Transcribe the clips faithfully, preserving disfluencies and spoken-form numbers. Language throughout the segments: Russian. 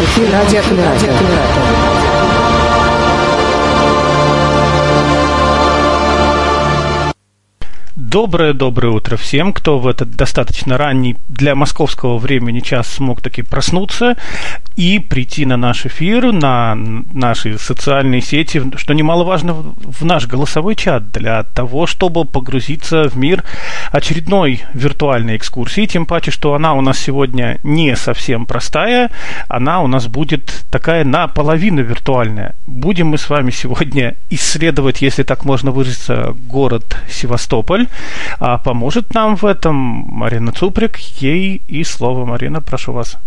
эфире радио Акселератор. Доброе-доброе утро всем, кто в этот достаточно ранний для московского времени час смог таки проснуться и прийти на наш эфир, на наши социальные сети, что немаловажно, в наш голосовой чат для того, чтобы погрузиться в мир очередной виртуальной экскурсии, тем паче, что она у нас сегодня не совсем простая, она у нас будет такая наполовину виртуальная. Будем мы с вами сегодня исследовать, если так можно выразиться, город Севастополь. А поможет нам в этом Марина Цуприк. Ей и слово. Марина, прошу вас.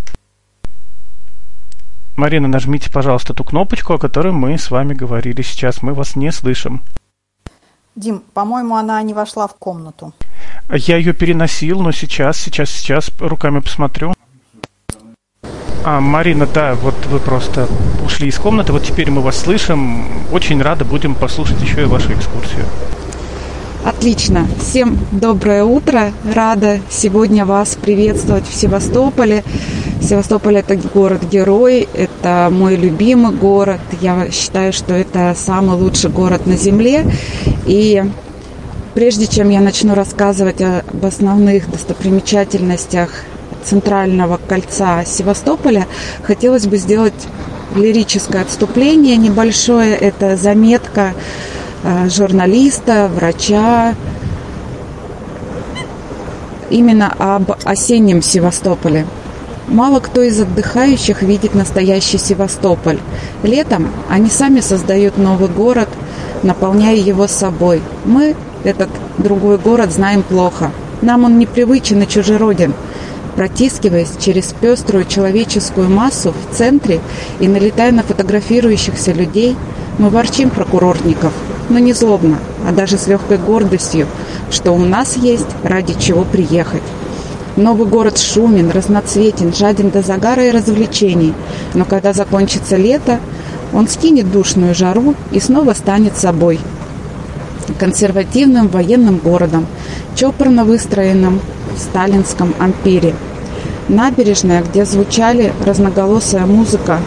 Марина, нажмите, пожалуйста, ту кнопочку, о которой мы с вами говорили сейчас. Мы вас не слышим. Дим, по-моему, она не вошла в комнату. Я ее переносил, но сейчас, сейчас, сейчас руками посмотрю. А, Марина, да, вот вы просто ушли из комнаты, вот теперь мы вас слышим. Очень рады будем послушать еще и вашу экскурсию. Отлично. Всем доброе утро. Рада сегодня вас приветствовать в Севастополе. Севастополь – это город-герой, это мой любимый город. Я считаю, что это самый лучший город на Земле. И прежде чем я начну рассказывать об основных достопримечательностях центрального кольца Севастополя, хотелось бы сделать лирическое отступление небольшое. Это заметка журналиста, врача, именно об осеннем Севастополе. Мало кто из отдыхающих видит настоящий Севастополь. Летом они сами создают новый город, наполняя его собой. Мы этот другой город знаем плохо. Нам он непривычен и чужероден. Протискиваясь через пеструю человеческую массу в центре и налетая на фотографирующихся людей, мы ворчим про курортников. Но не злобно, а даже с легкой гордостью, что у нас есть ради чего приехать. Новый город шумен, разноцветен, жаден до загара и развлечений. Но когда закончится лето, он скинет душную жару и снова станет собой. Консервативным военным городом, чопорно выстроенным в сталинском ампире. Набережная, где звучали разноголосая музыка,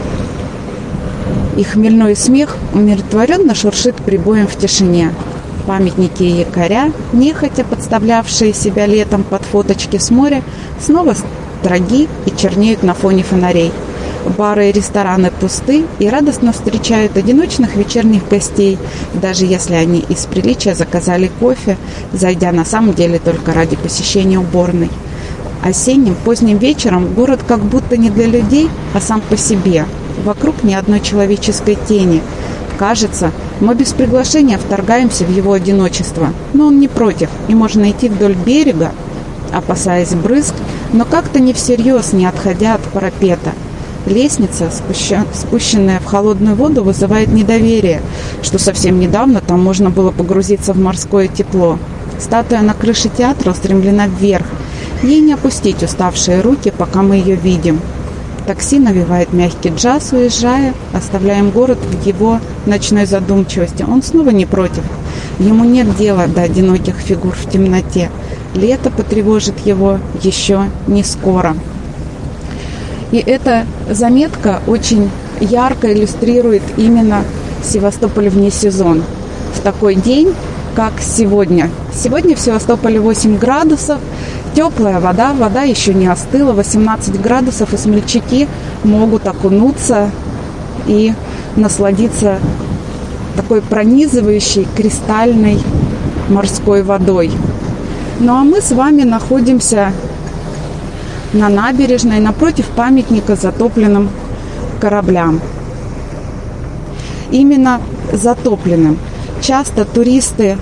и хмельной смех умиротворенно шуршит прибоем в тишине. Памятники и якоря, нехотя подставлявшие себя летом под фоточки с моря, снова строги и чернеют на фоне фонарей. Бары и рестораны пусты и радостно встречают одиночных вечерних гостей, даже если они из приличия заказали кофе, зайдя на самом деле только ради посещения уборной. Осенним поздним вечером город как будто не для людей, а сам по себе. Вокруг ни одной человеческой тени. Кажется, мы без приглашения вторгаемся в его одиночество. Но он не против, и можно идти вдоль берега, опасаясь брызг, но как-то не всерьез, не отходя от парапета. Лестница, спущенная в холодную воду, вызывает недоверие, что совсем недавно там можно было погрузиться в морское тепло. Статуя на крыше театра устремлена вверх. Ей не опустить уставшие руки, пока мы ее видим. Такси навевает мягкий джаз, уезжая, оставляем город в его ночной задумчивости. Он снова не против. Ему нет дела до одиноких фигур в темноте. Лето потревожит его еще не скоро. И эта заметка очень ярко иллюстрирует именно Севастополь вне сезон. В такой день, как сегодня. Сегодня в Севастополе восемь градусов. Теплая вода, вода еще не остыла, восемнадцать градусов, и смельчаки могут окунуться и насладиться такой пронизывающей кристальной морской водой. Ну а мы с вами находимся на набережной напротив памятника затопленным кораблям. Именно затопленным. Часто туристы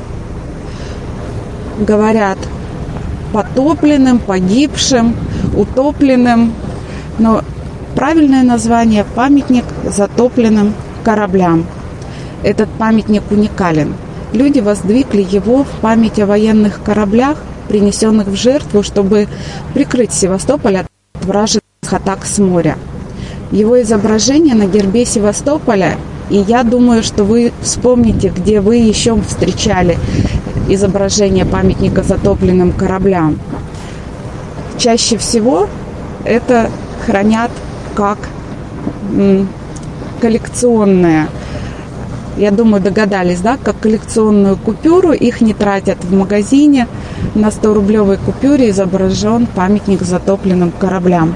говорят потопленным, погибшим, утопленным. Но правильное название – памятник затопленным кораблям. Этот памятник уникален. Люди воздвигли его в память о военных кораблях, принесенных в жертву, чтобы прикрыть Севастополь от вражеских атак с моря. Его изображение на гербе Севастополя, и я думаю, что вы вспомните, где вы еще встречали изображение памятника затопленным кораблям. Чаще всего это хранят как коллекционные. Я думаю, догадались, да, как коллекционную купюру. Их не тратят в магазине. На сто-рублевой купюре изображен памятник затопленным кораблям.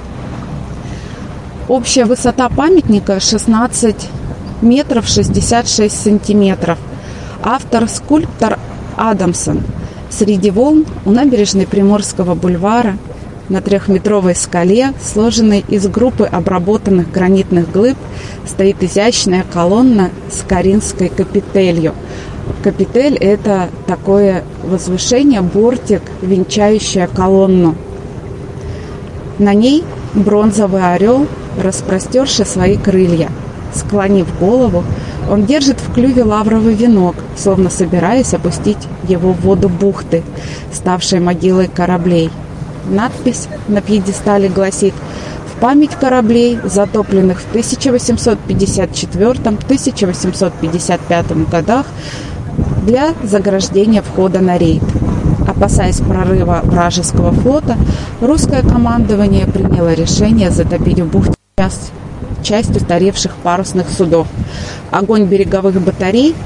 Общая высота памятника шестнадцать метров шестьдесят шесть сантиметров. Автор скульптор Адамсон. Среди волн у набережной Приморского бульвара на трехметровой скале, сложенной из группы обработанных гранитных глыб, стоит изящная колонна с коринфской капителью. Капитель – это такое возвышение, бортик, венчающее колонну. На ней бронзовый орел, распростерший свои крылья. Склонив голову, он держит в клюве лавровый венок, словно собираясь опустить его в воду бухты, ставшей могилой кораблей. Надпись на пьедестале гласит: «В память кораблей, затопленных в тысяча восемьсот пятьдесят четвёртом — тысяча восемьсот пятьдесят пятом годах для заграждения входа на рейд». Опасаясь прорыва вражеского флота, русское командование приняло решение затопить в бухте часть, часть устаревших парусных судов. Огонь береговых батарей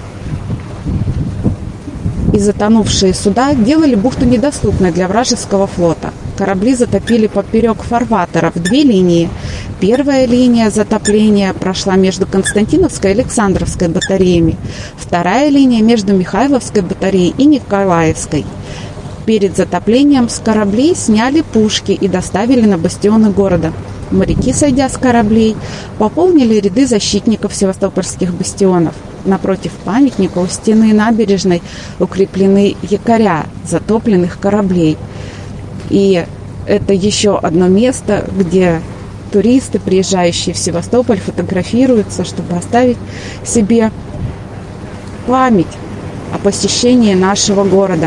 и затонувшие суда делали бухту недоступной для вражеского флота. Корабли затопили поперек фарватера в две линии. Первая линия затопления прошла между Константиновской и Александровской батареями. Вторая линия между Михайловской батареей и Николаевской. Перед затоплением с кораблей сняли пушки и доставили на бастионы города. Моряки, сойдя с кораблей, пополнили ряды защитников севастопольских бастионов. Напротив памятника у стены набережной укреплены якоря затопленных кораблей. И это еще одно место, где туристы, приезжающие в Севастополь, фотографируются, чтобы оставить себе память о посещении нашего города.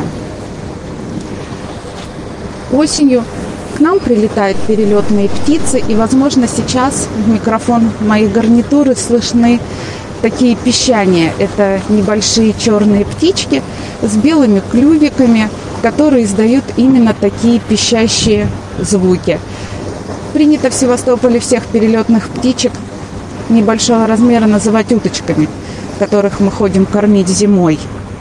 Осенью к нам прилетают перелетные птицы, и, возможно, сейчас в микрофон моей гарнитуры слышны такие пищания. Это небольшие черные птички с белыми клювиками, которые издают именно такие пищащие звуки. Принято в Севастополе всех перелетных птичек небольшого размера называть уточками, которых мы ходим кормить зимой.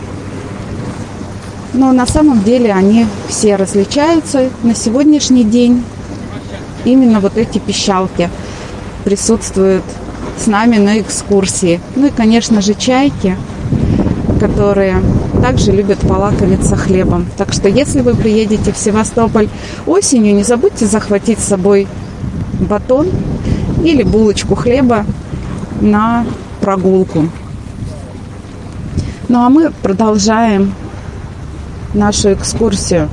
Но на самом деле они все различаются. На сегодняшний день именно вот эти пищалки присутствуют с нами на экскурсии. Ну и, конечно же, чайки, которые также любят полакомиться хлебом. Так что, если вы приедете в Севастополь осенью, не забудьте захватить с собой батон или булочку хлеба на прогулку. Ну а мы продолжаем нашу экскурсию.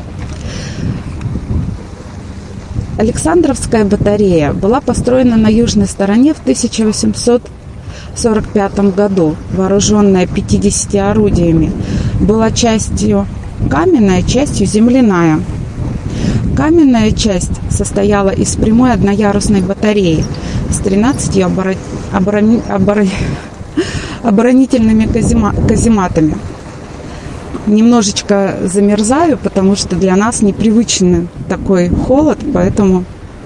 Александровская батарея была построена на южной стороне в тысяча восемьсот сорок пятом году, вооруженная пятьюдесятью орудиями. Была частью каменная, частью земляная. Каменная часть состояла из прямой одноярусной батареи с тринадцатью оборо... оборони... оборо... оборонительными казема... казематами. Немножечко замерзаю, потому что для нас непривычный такой холод, поэтому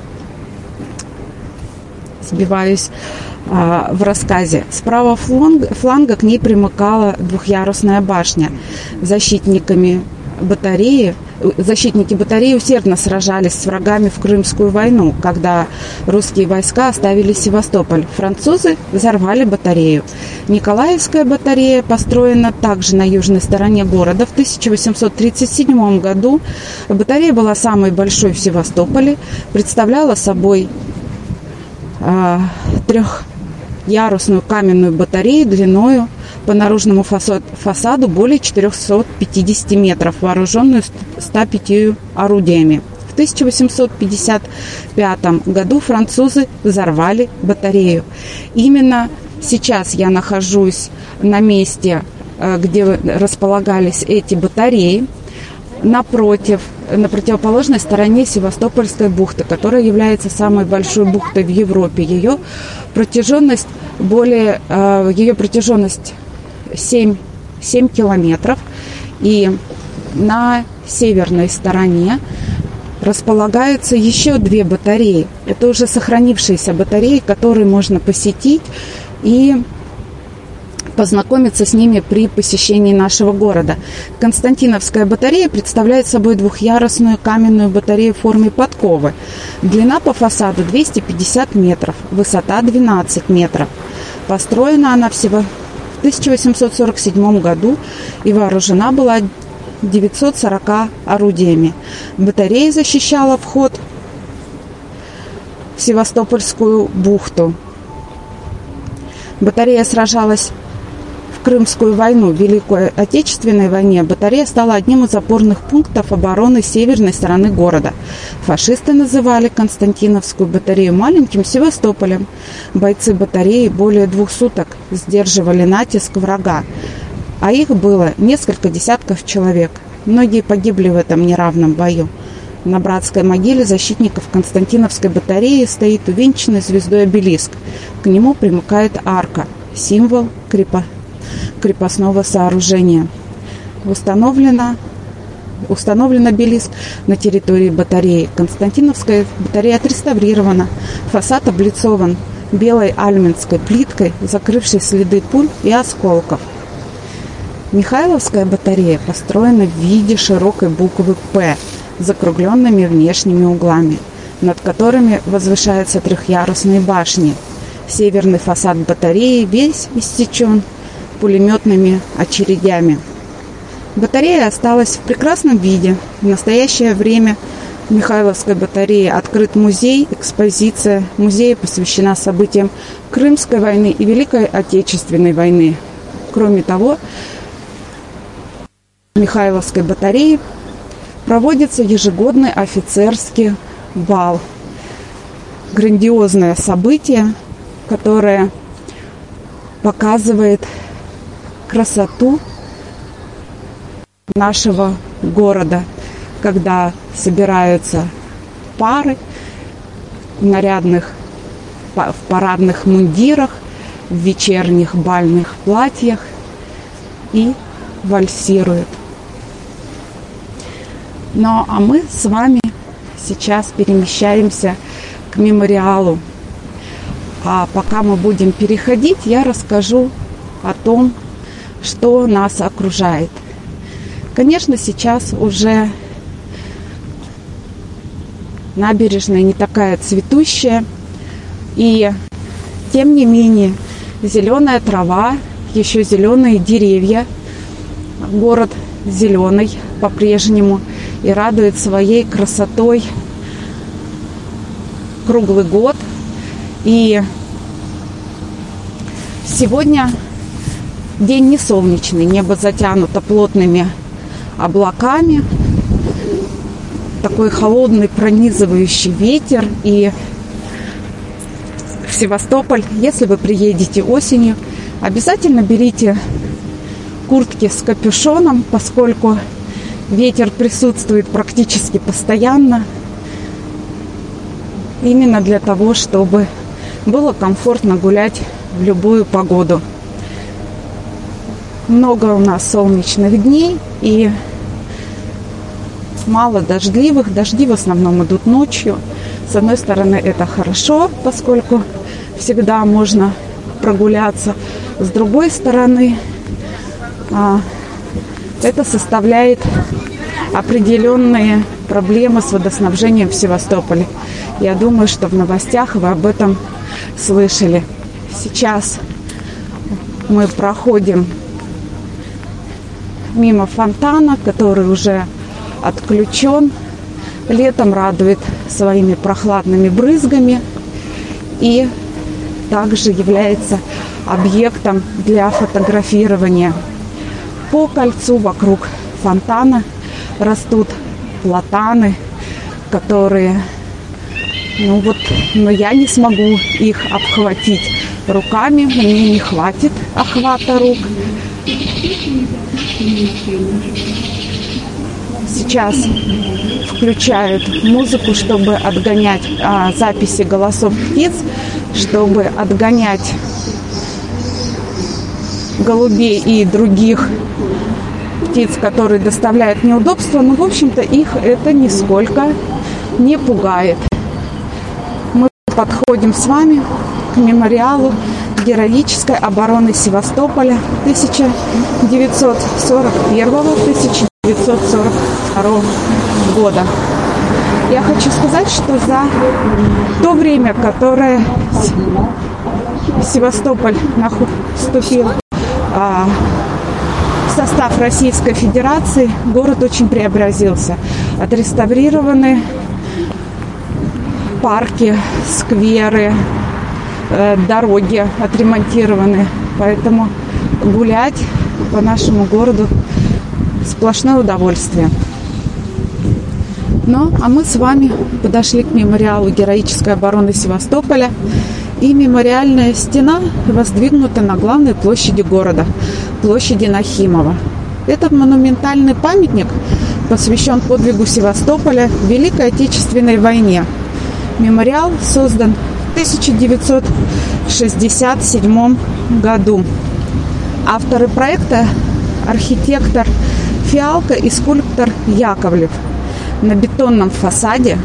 сбиваюсь а, в рассказе. Справа фланга, фланга к ней примыкала двухъярусная башня. Защитниками батареи, защитники батареи усердно сражались с врагами в Крымскую войну, когда русские войска оставили Севастополь. Французы взорвали батарею. Николаевская батарея построена также на южной стороне города в тысяча восемьсот тридцать седьмом году. Батарея была самой большой в Севастополе, представляла собой э, трехъярусную каменную батарею длиною по наружному фасаду, фасаду более четырехсот пятидесяти метров, вооруженную ста пятью орудиями. В тысяча восемьсот пятьдесят пятом году французы взорвали батарею. Именно сейчас я нахожусь на месте, где располагались эти батареи, напротив, на противоположной стороне Севастопольской бухты, которая является самой большой бухтой в Европе. Ее протяженность более, ее протяженность семь километров, и на северной стороне располагаются еще две батареи. Это уже сохранившиеся батареи, которые можно посетить и познакомиться с ними при посещении нашего города. Константиновская батарея представляет собой двухъярусную каменную батарею в форме подковы. Длина по фасаду двести пятьдесят метров, высота двенадцать метров. Построена она всего в тысяча восемьсот сорок седьмом году и вооружена была девятьсот сорока орудиями. Батарея защищала вход в Севастопольскую бухту. Батарея сражалась в Крымскую войну, в Великой Отечественной войне. Батарея стала одним из опорных пунктов обороны северной стороны города. Фашисты называли Константиновскую батарею маленьким Севастополем. Бойцы батареи более двух суток сдерживали натиск врага, а их было несколько десятков человек. Многие погибли в этом неравном бою. На братской могиле защитников Константиновской батареи стоит увенчанный звездой обелиск. К нему примыкает арка, символ крепо... крепостного сооружения. Установлено... Установлен обелиск на территории батареи. Константиновская батарея отреставрирована. Фасад облицован белой альминской плиткой, закрывшей следы пуль и осколков. Михайловская батарея построена в виде широкой буквы «П» с закругленными внешними углами, над которыми возвышаются трехъярусные башни. Северный фасад батареи весь иссечен пулеметными очередями. Батарея осталась в прекрасном виде. В настоящее время в Михайловской батарее открыт музей, экспозиция музея посвящена событиям Крымской войны и Великой Отечественной войны. Кроме того, в Михайловской батарее проводится ежегодный офицерский бал. Грандиозное событие, которое показывает красоту нашего города, когда собираются пары в нарядных, в парадных мундирах, в вечерних бальных платьях и вальсируют. Ну, а мы с вами сейчас перемещаемся к мемориалу. А пока мы будем переходить, я расскажу о том, что нас окружает. Конечно, сейчас уже набережная не такая цветущая, и тем не менее зеленая трава, еще зеленые деревья, город зеленый по-прежнему и радует своей красотой круглый год. И сегодня день не солнечный, небо затянуто плотными облаками, такой холодный пронизывающий ветер. И в Севастополь, если вы приедете осенью, обязательно берите куртки с капюшоном, поскольку ветер присутствует практически постоянно, именно для того, чтобы было комфортно гулять в любую погоду. Много у нас солнечных дней и мало дождливых. Дожди в основном идут ночью. С одной стороны, это хорошо, поскольку всегда можно прогуляться. С другой стороны, это составляет определенные проблемы с водоснабжением в Севастополе. Я думаю, что в новостях вы об этом слышали. Сейчас мы проходим мимо фонтана, который уже отключен. Летом радует своими прохладными брызгами и также является объектом для фотографирования. По кольцу вокруг фонтана растут платаны, которые, ну вот, но я не смогу их обхватить руками, мне не хватит охвата рук. Сейчас включают музыку, чтобы отгонять а, записи голосов птиц, чтобы отгонять голубей и других птиц, которые доставляют неудобства. Но, в общем-то, их это нисколько не пугает. Мы подходим с вами к мемориалу героической обороны Севастополя тысяча девятьсот сорок первого — тысяча девятьсот сорок второго года. Я хочу сказать, что за то время, которое Севастополь вступил а, в состав Российской Федерации, город очень преобразился. Отреставрированы парки, скверы, э, дороги отремонтированы. Поэтому гулять по нашему городу сплошное удовольствие. Ну, а мы с вами подошли к мемориалу героической обороны Севастополя. И мемориальная стена воздвигнута на главной площади города, площади Нахимова. Этот монументальный памятник посвящен подвигу Севастополя в Великой Отечественной войне. Мемориал создан в тысяча девятьсот шестьдесят седьмом году. Авторы проекта – архитектор Фиалко и скульптор Яковлев. На бетонном фасаде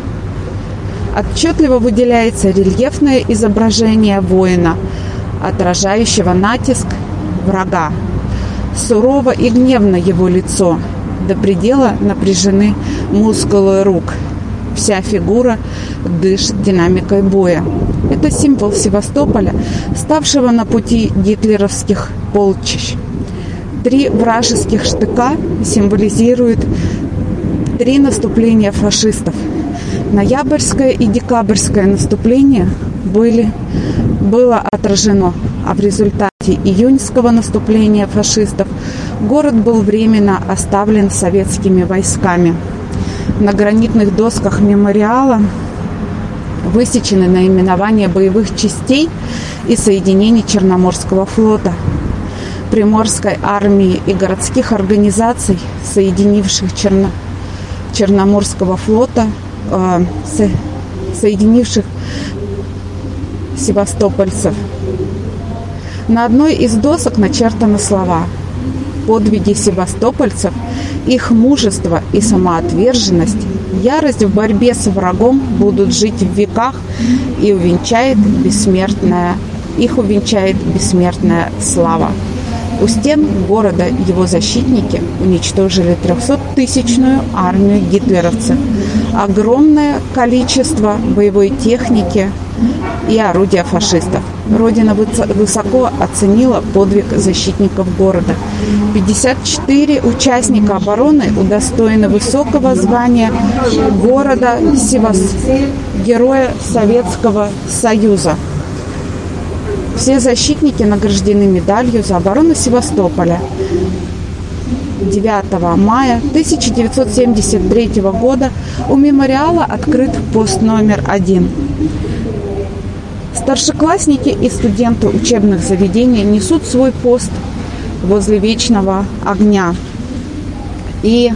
отчетливо выделяется рельефное изображение воина, отражающего натиск врага. Сурово и гневно его лицо, до предела напряжены мускулы рук. Вся фигура дышит динамикой боя. Это символ Севастополя, ставшего на пути гитлеровских полчищ. Три вражеских штыка символизируют три наступления фашистов. Ноябрьское и декабрьское наступление были, было отражено, а в результате июньского наступления фашистов город был временно оставлен советскими войсками. На гранитных досках мемориала высечены наименования боевых частей и соединений Черноморского флота, Приморской армии и городских организаций, соединивших Черно... Черноморского флота, э, со... соединивших севастопольцев. На одной из досок начертаны слова: «Подвиги севастопольцев, их мужество и самоотверженность, ярость в борьбе с врагом будут жить в веках и увенчает бессмертная, их увенчает бессмертная слава». У стен города его защитники уничтожили трехсоттысячную армию гитлеровцев, огромное количество боевой техники и орудия фашистов. Родина высоко оценила подвиг защитников города. пятьдесят четыре участника обороны удостоены высокого звания города Севастополя, Героя Советского Союза. Все защитники награждены медалью за оборону Севастополя. девятого мая тысяча девятьсот семьдесят третьего года у мемориала открыт пост номер один. Старшеклассники и студенты учебных заведений несут свой пост возле вечного огня. И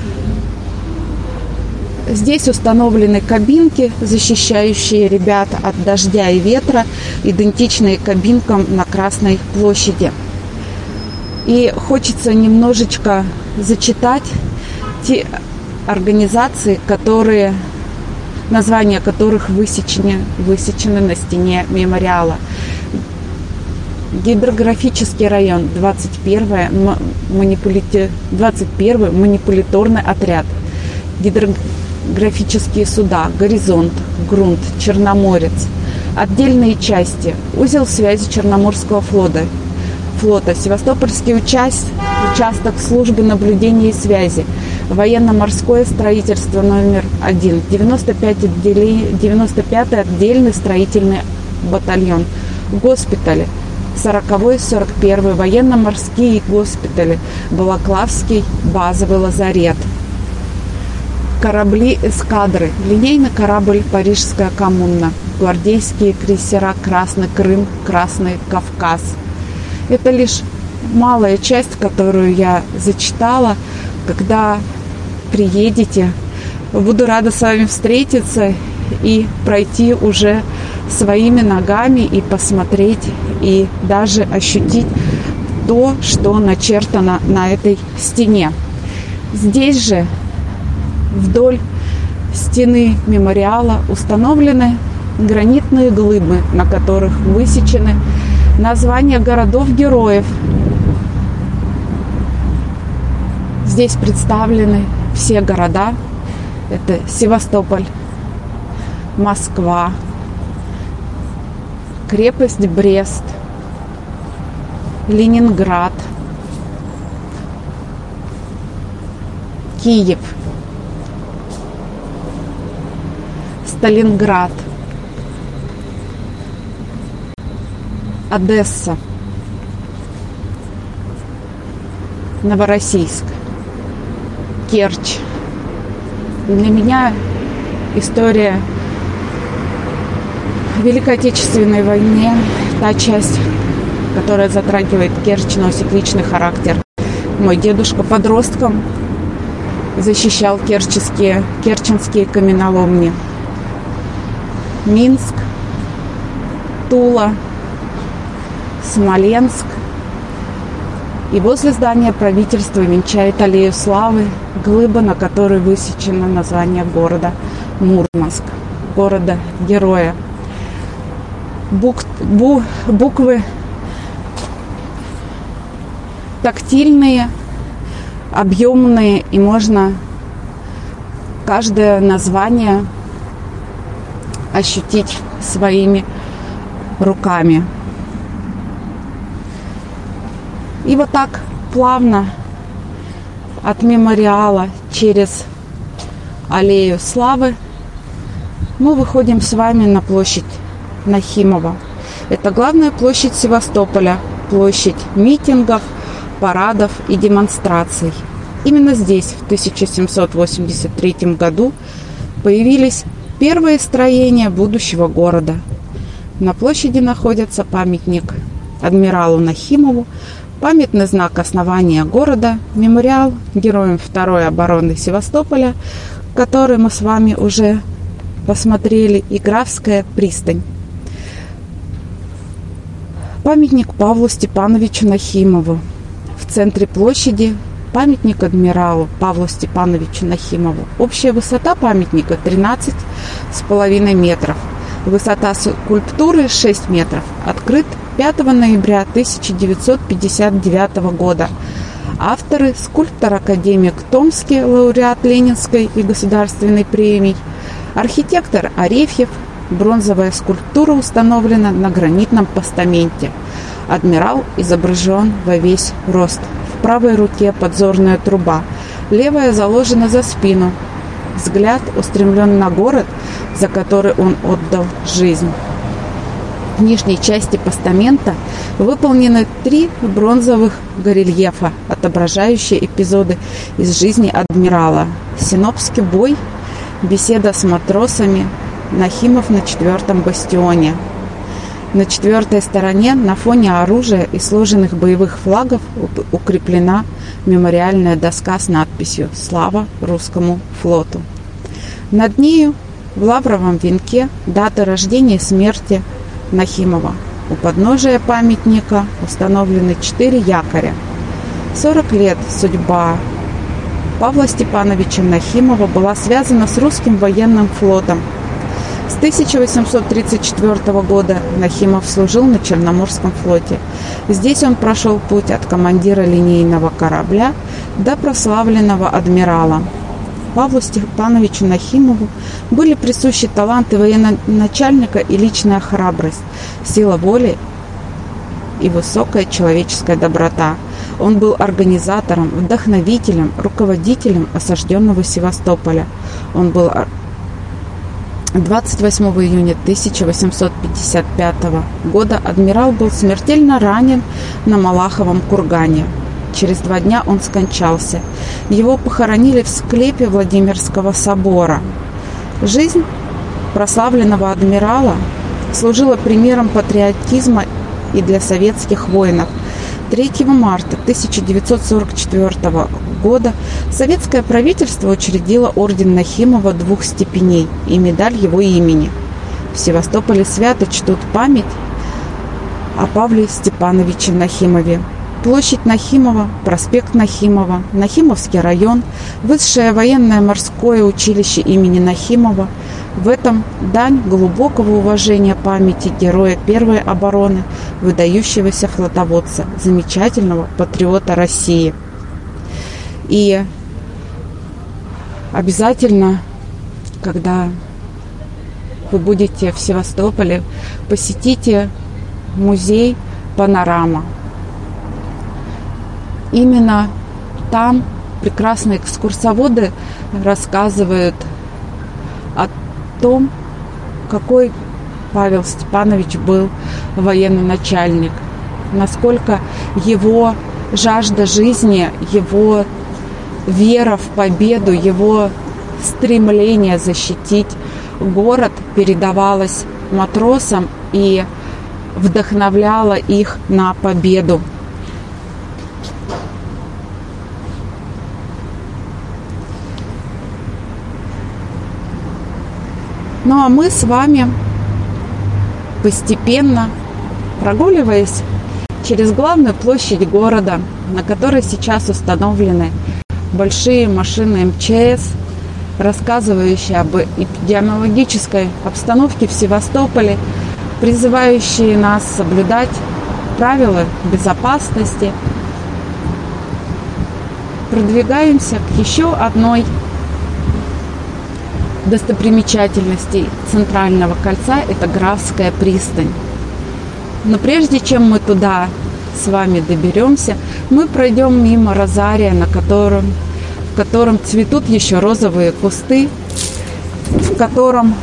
здесь установлены кабинки, защищающие ребят от дождя и ветра, идентичные кабинкам на Красной площади. И хочется немножечко зачитать те организации, которые, названия которых высечены, высечены на стене мемориала. Гидрографический район, двадцать первый, манипулити... двадцать первый манипуляторный отряд. Гидрографические суда, Горизонт, Грунт, Черноморец. Отдельные части. Узел связи Черноморского флота. флота. Севастопольский участ... участок службы наблюдения и связи. Военно-морское строительство номер один. девяносто пятый отдельный строительный батальон. Госпитали. сороковой сорок первый военно-морские госпитали. Балаклавский базовый лазарет. Корабли эскадры. Линейный корабль «Парижская коммуна». Гвардейские крейсера «Красный Крым», «Красный Кавказ». Это лишь малая часть, которую я зачитала. Когда приедете, буду рада с вами встретиться и пройти уже своими ногами и посмотреть, и даже ощутить то, что начертано на этой стене. Здесь же вдоль стены мемориала установлены гранитные глыбы, на которых высечены названия городов-героев. Здесь представлены все города. Это Севастополь, Москва, крепость Брест, Ленинград, Киев, Сталинград, Одесса, Новороссийск, Керчь. Для меня история Великой Отечественной войны, та часть, которая затрагивает Керчь, носит личный характер. Мой дедушка подростком защищал керченские, керченские каменоломни. Минск, Тула, Смоленск. И возле здания правительства венчает аллею славы, глыба, на которой высечено название города Мурманск, города-героя. Бук, бу, буквы тактильные, объемные, и можно каждое название ощутить своими руками. И вот так плавно от мемориала через аллею славы мы выходим с вами на площадь Нахимова. Это главная площадь Севастополя, площадь митингов, парадов и демонстраций. Именно здесь в тысяча семьсот восемьдесят третьем году появились первые строения будущего города. На площади находится памятник адмиралу Нахимову, памятный знак основания города, мемориал героям Второй обороны Севастополя, который мы с вами уже посмотрели, и Графская пристань. Памятник Павлу Степановичу Нахимову. В центре площади памятник адмиралу Павлу Степановичу Нахимову. Общая высота памятника тринадцать с половиной метров. Высота скульптуры шесть метров. Открыт пятого ноября тысяча девятьсот пятьдесят девятого года. Авторы: скульптор-академик Томский, лауреат Ленинской и Государственной премий, архитектор Арефьев. Бронзовая скульптура установлена на гранитном постаменте. Адмирал изображен во весь рост. В правой руке подзорная труба, левая заложена за спину. Взгляд устремлен на город, за который он отдал жизнь. В нижней части постамента выполнены три бронзовых горельефа, отображающие эпизоды из жизни адмирала. Синопский бой, беседа с матросами, Нахимов на четвертом бастионе. На четвертой стороне на фоне оружия и сложенных боевых флагов укреплена мемориальная доска с надписью «Слава русскому флоту». Над нею в лавровом венке дата рождения и смерти Нахимова. У подножия памятника установлены четыре якоря. сорок лет судьба Павла Степановича Нахимова была связана с русским военным флотом. С тысяча восемьсот тридцать четвёртого года Нахимов служил на Черноморском флоте. Здесь он прошел путь от командира линейного корабля до прославленного адмирала. Павлу Степановичу Нахимову были присущи таланты военачальника и личная храбрость, сила воли и высокая человеческая доброта. Он был организатором, вдохновителем, руководителем осажденного Севастополя. Он был двадцать восьмого июня тысяча восемьсот пятьдесят пятого года адмирал был смертельно ранен на Малаховом кургане. Через два дня он скончался. Его похоронили в склепе Владимирского собора. Жизнь прославленного адмирала служила примером патриотизма и для советских воинов. третьего марта тысяча девятьсот сорок четвёртого года советское правительство учредило орден Нахимова двух степеней и медаль его имени. В Севастополе свято чтут память о Павле Степановиче Нахимове. площадь Нахимова, проспект Нахимова, Нахимовский район, Высшее военно-морское училище имени Нахимова. В этом дань глубокого уважения памяти героя Первой обороны, выдающегося флотоводца, замечательного патриота России. И обязательно, когда вы будете в Севастополе, посетите музей «Панорама». Именно там прекрасные экскурсоводы рассказывают о том, какой Павел Степанович был военный начальник, насколько его жажда жизни, его вера в победу, его стремление защитить город передавалось матросам и вдохновляло их на победу. Ну а мы с вами, постепенно прогуливаясь через главную площадь города, на которой сейчас установлены большие машины эм че эс, рассказывающие об эпидемиологической обстановке в Севастополе, призывающие нас соблюдать правила безопасности, продвигаемся к еще одной достопримечательности Центрального кольца – это Графская пристань. Но прежде чем мы туда с вами доберемся, мы пройдем мимо розария, на котором, в котором цветут еще розовые кусты, в котором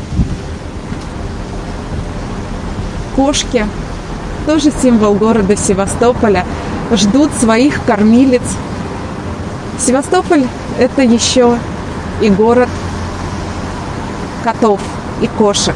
кошки, тоже символ города Севастополя, ждут своих кормилиц. Севастополь – это еще и город котов и кошек.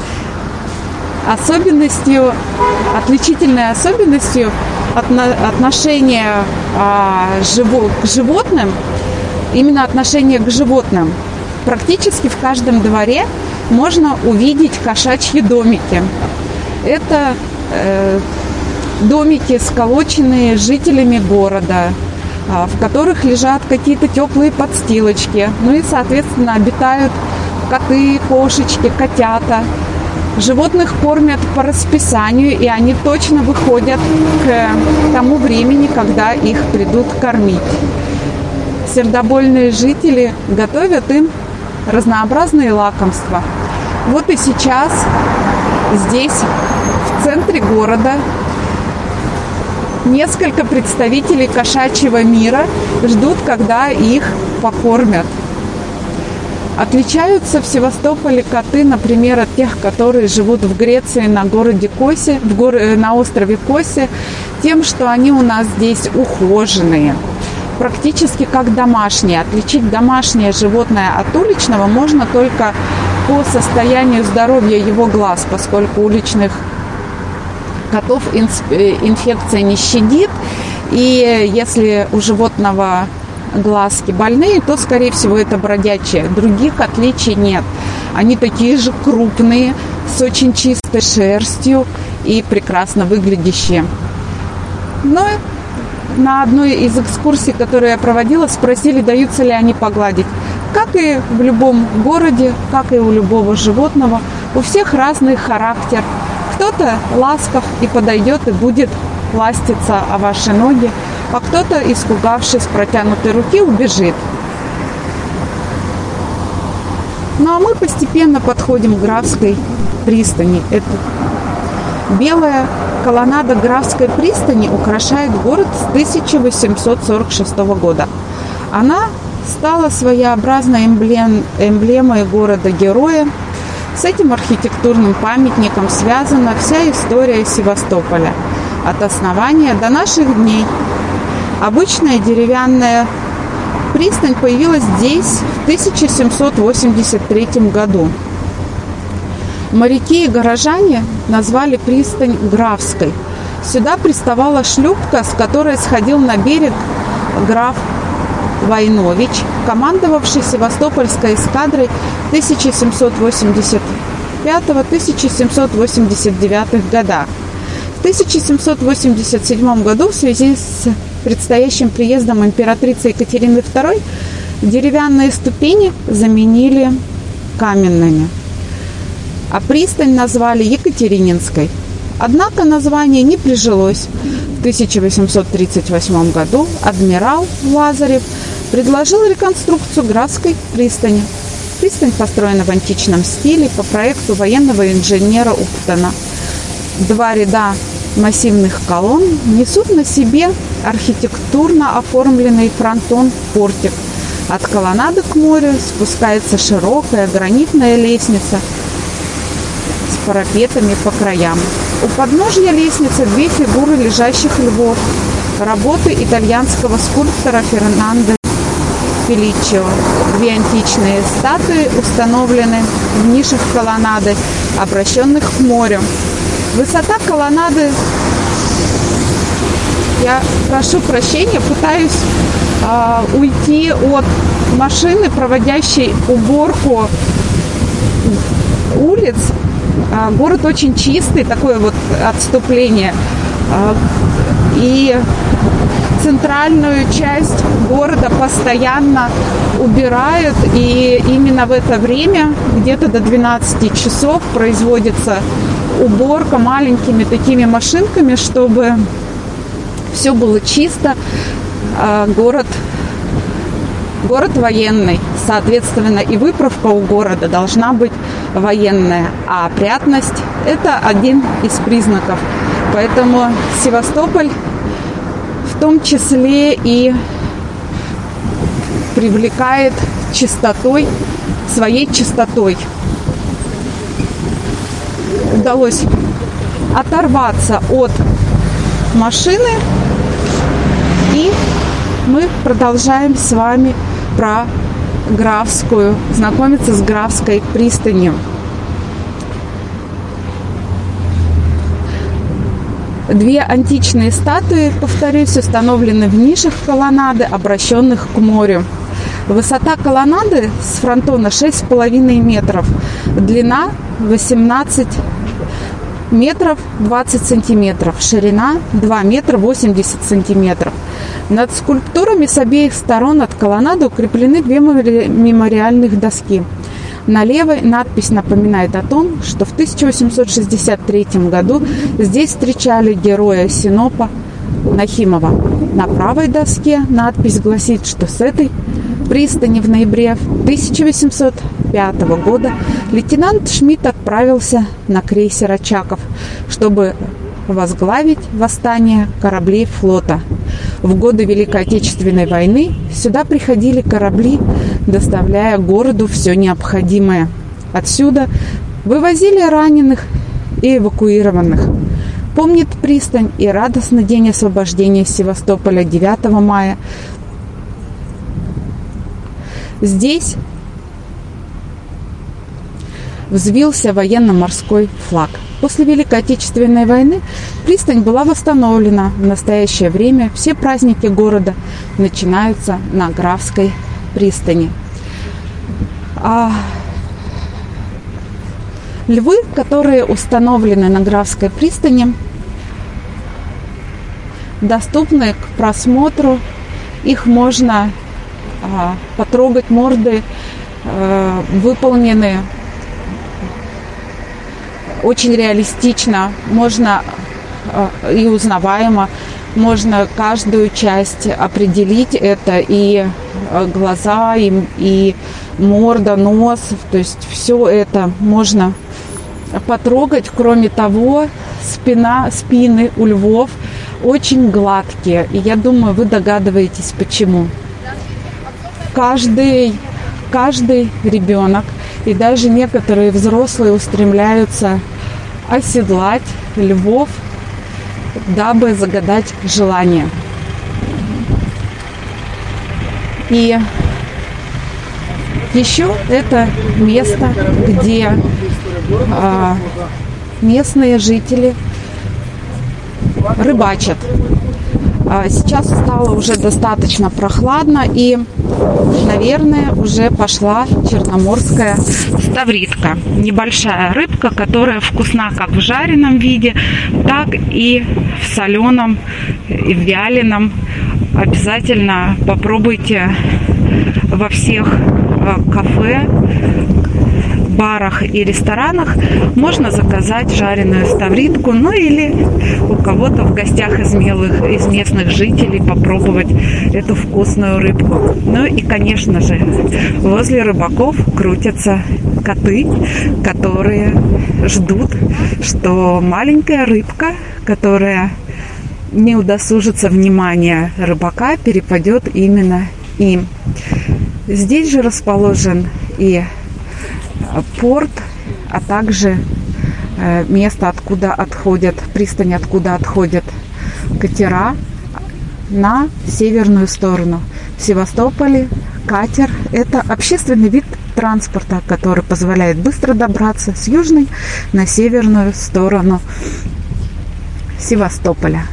Особенностью, отличительной особенностью отно- отношения а, живо- к животным, именно отношение к животным, практически в каждом дворе можно увидеть кошачьи домики. Это э, домики, сколоченные жителями города, а, в которых лежат какие-то теплые подстилочки, ну и, соответственно, обитают коты, кошечки, котята. Животных кормят по расписанию, и они точно выходят к тому времени, когда их придут кормить. Сердобольные жители готовят им разнообразные лакомства. Вот и сейчас здесь, в центре города, несколько представителей кошачьего мира ждут, когда их покормят. Отличаются в Севастополе коты, например, от тех, которые живут в Греции на городе Косе, в гор... на острове Косе, тем, что они у нас здесь ухоженные, практически как домашние. Отличить домашнее животное от уличного можно только по состоянию здоровья его глаз, поскольку уличных котов инфекция не щадит, и если у животного глазки больные, то, скорее всего, это бродячие. Других отличий нет. Они такие же крупные, с очень чистой шерстью и прекрасно выглядящие. Но на одной из экскурсий, которую я проводила, спросили, даются ли они погладить. Как и в любом городе, как и у любого животного, у всех разный характер. Кто-то ласков и подойдет и будет ластиться о ваши ноги, а кто-то, испугавшись протянутой руки, убежит. Ну а мы постепенно подходим к Графской пристани. Это белая колоннада Графской пристани украшает город с тысяча восемьсот сорок шестого года. Она стала своеобразной эмблем, эмблемой города-героя. С этим архитектурным памятником связана вся история Севастополя от основания до наших дней. Обычная деревянная пристань появилась здесь в тысяча семьсот восемьдесят третьем году. Моряки и горожане назвали пристань Графской. Сюда приставала шлюпка, с которой сходил на берег граф Войнович, командовавший Севастопольской эскадрой тысяча семьсот восемьдесят пятого — тысяча семьсот восемьдесят девятого годах. В тысяча семьсот восемьдесят седьмом году в связи с предстоящим приездом императрицы Екатерины второй деревянные ступени заменили каменными, а пристань назвали Екатерининской. Однако название не прижилось. В тысяча восемьсот тридцать восьмом году адмирал Лазарев предложил реконструкцию Графской пристани. Пристань построена в античном стиле по проекту военного инженера Уптона. Два ряда массивных колонн несут на себе архитектурно оформленный фронтон-портик. От колоннады к морю спускается широкая гранитная лестница с парапетами по краям. У подножья лестницы две фигуры лежащих львов, работы итальянского скульптора Фернандо Феличио. Две античные статуи установлены в нишах колоннады, обращенных к морю. Высота колоннады, я прошу прощения, пытаюсь э, уйти от машины, проводящей уборку улиц. Э, город очень чистый, такое вот отступление. Э, и центральную часть города постоянно убирают, и именно в это время, где-то до двенадцати часов, производится уборка маленькими такими машинками, чтобы все было чисто. Город, город военный, соответственно, и выправка у города должна быть военная, а опрятность – это один из признаков. Поэтому Севастополь в том числе и привлекает чистотой, своей чистотой. Удалось оторваться от машины, и мы продолжаем с вами про Графскую, знакомиться с Графской пристанью. Две античные статуи, повторюсь, установлены в нишах колоннады, обращенных к морю. Высота колоннады с фронтона шесть с половиной метров, длина восемнадцать метров двадцать сантиметров, ширина два метра восемьдесят сантиметров. Над скульптурами с обеих сторон от колоннады укреплены две мемориальных доски. На левой надпись напоминает о том, что в тысяча восемьсот шестьдесят третьем году здесь встречали героя Синопа Нахимова. На правой доске надпись гласит, что с этой пристани в ноябре тысяча восемьсот пятого года лейтенант Шмидт отправился на крейсер «Очаков», чтобы возглавить восстание кораблей флота. В годы Великой Отечественной войны сюда приходили корабли, доставляя городу все необходимое. Отсюда вывозили раненых и эвакуированных. Помнит пристань и радостный день освобождения Севастополя девятого мая. Здесь взвился военно-морской флаг. После Великой Отечественной войны пристань была восстановлена. В настоящее время все праздники города начинаются на Графской пристани. А львы, которые установлены на Графской пристани, доступны к просмотру. Их можно а, потрогать, морды а, выполнены очень реалистично, можно э, и узнаваемо, можно каждую часть определить, это и э, глаза, и, и морда, нос, то есть все это можно потрогать. Кроме того, спина, спины у львов очень гладкие, и я думаю, вы догадываетесь, почему. Каждый, каждый ребенок и даже некоторые взрослые устремляются оседлать львов, дабы загадать желание. И еще это место, где а, местные жители рыбачат. Сейчас стало уже достаточно прохладно, и, наверное, уже пошла черноморская ставритка. Небольшая рыбка, которая вкусна как в жареном виде, так и в соленом, и в вяленом. Обязательно попробуйте во всех кафе, барах и ресторанах можно заказать жареную ставритку, ну или у кого-то в гостях из, милых, из местных жителей попробовать эту вкусную рыбку. Ну и, конечно же, возле рыбаков крутятся коты, которые ждут, что маленькая рыбка, которая не удосужится внимания рыбака, перепадет именно им. Здесь же расположен и порт, а также место, откуда отходят, пристань, откуда отходят катера на северную сторону. В Севастополе катер – это общественный вид транспорта, который позволяет быстро добраться с южной на северную сторону Севастополя.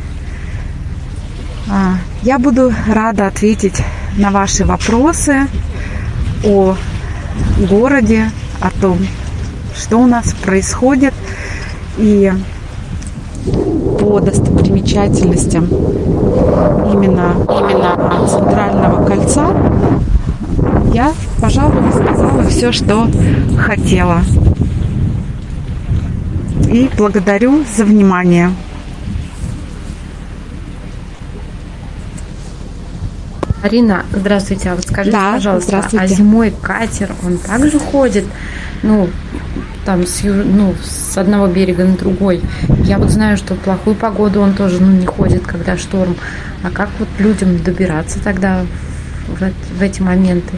Я буду рада ответить на ваши вопросы о городе, о том, что у нас происходит, и по достопримечательностям именно, именно Центрального кольца я, пожалуй, сказала все, что хотела. И благодарю за внимание. Арина, здравствуйте. А вот скажите, да, пожалуйста, а зимой катер, он также ходит, ну, там, с, ну, с одного берега на другой? Я вот знаю, что в плохую погоду он тоже, ну, не ходит, когда шторм. А как вот людям добираться тогда в, в эти моменты?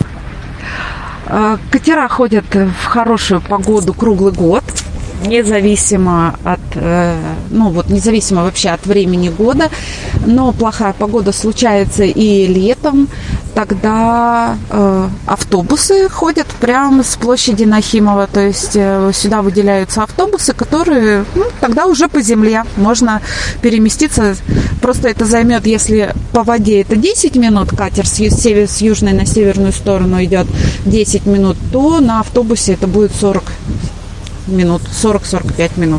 Катера ходят в хорошую погоду круглый год, независимо от, ну вот независимо вообще от времени года, но плохая погода случается и летом, тогда э, автобусы ходят прямо с площади Нахимова, то есть э, сюда выделяются автобусы, которые, ну, тогда уже по земле можно переместиться, просто это займет, если по воде это десять минут, катер с, север, с южной на северную сторону идет десять минут, то на автобусе это будет сорок минут, сорок-сорок пять минут.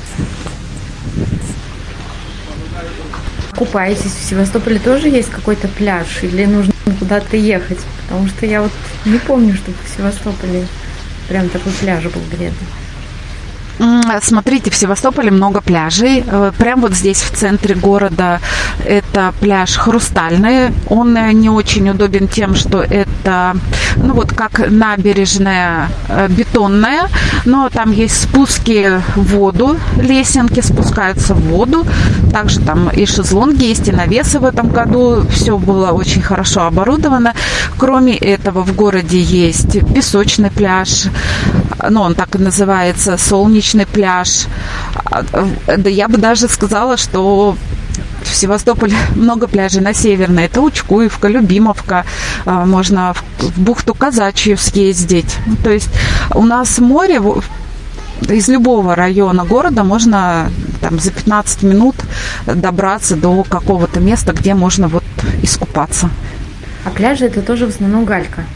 Купаетесь в Севастополе, тоже есть какой-то пляж или нужно куда-то ехать? Потому что я вот не помню, чтобы в Севастополе прям такой пляж был где-то. Смотрите, в Севастополе много пляжей. Прямо вот здесь в центре города это пляж Хрустальный. Он не очень удобен тем, что это, ну вот как набережная бетонная, но там есть спуски в воду, лесенки спускаются в воду. Также там и шезлонги есть, и навесы в этом году. Все было очень хорошо оборудовано. Кроме этого в городе есть песочный пляж, ну он так и называется, солнечный пляж. Да я бы даже сказала, что в Севастополе много пляжей на северной. Это Учкуевка, Любимовка. Можно в бухту Казачью съездить. То есть у нас море из любого района города можно там за пятнадцать минут добраться до какого-то места, где можно вот искупаться. А пляжи это тоже в основном галька?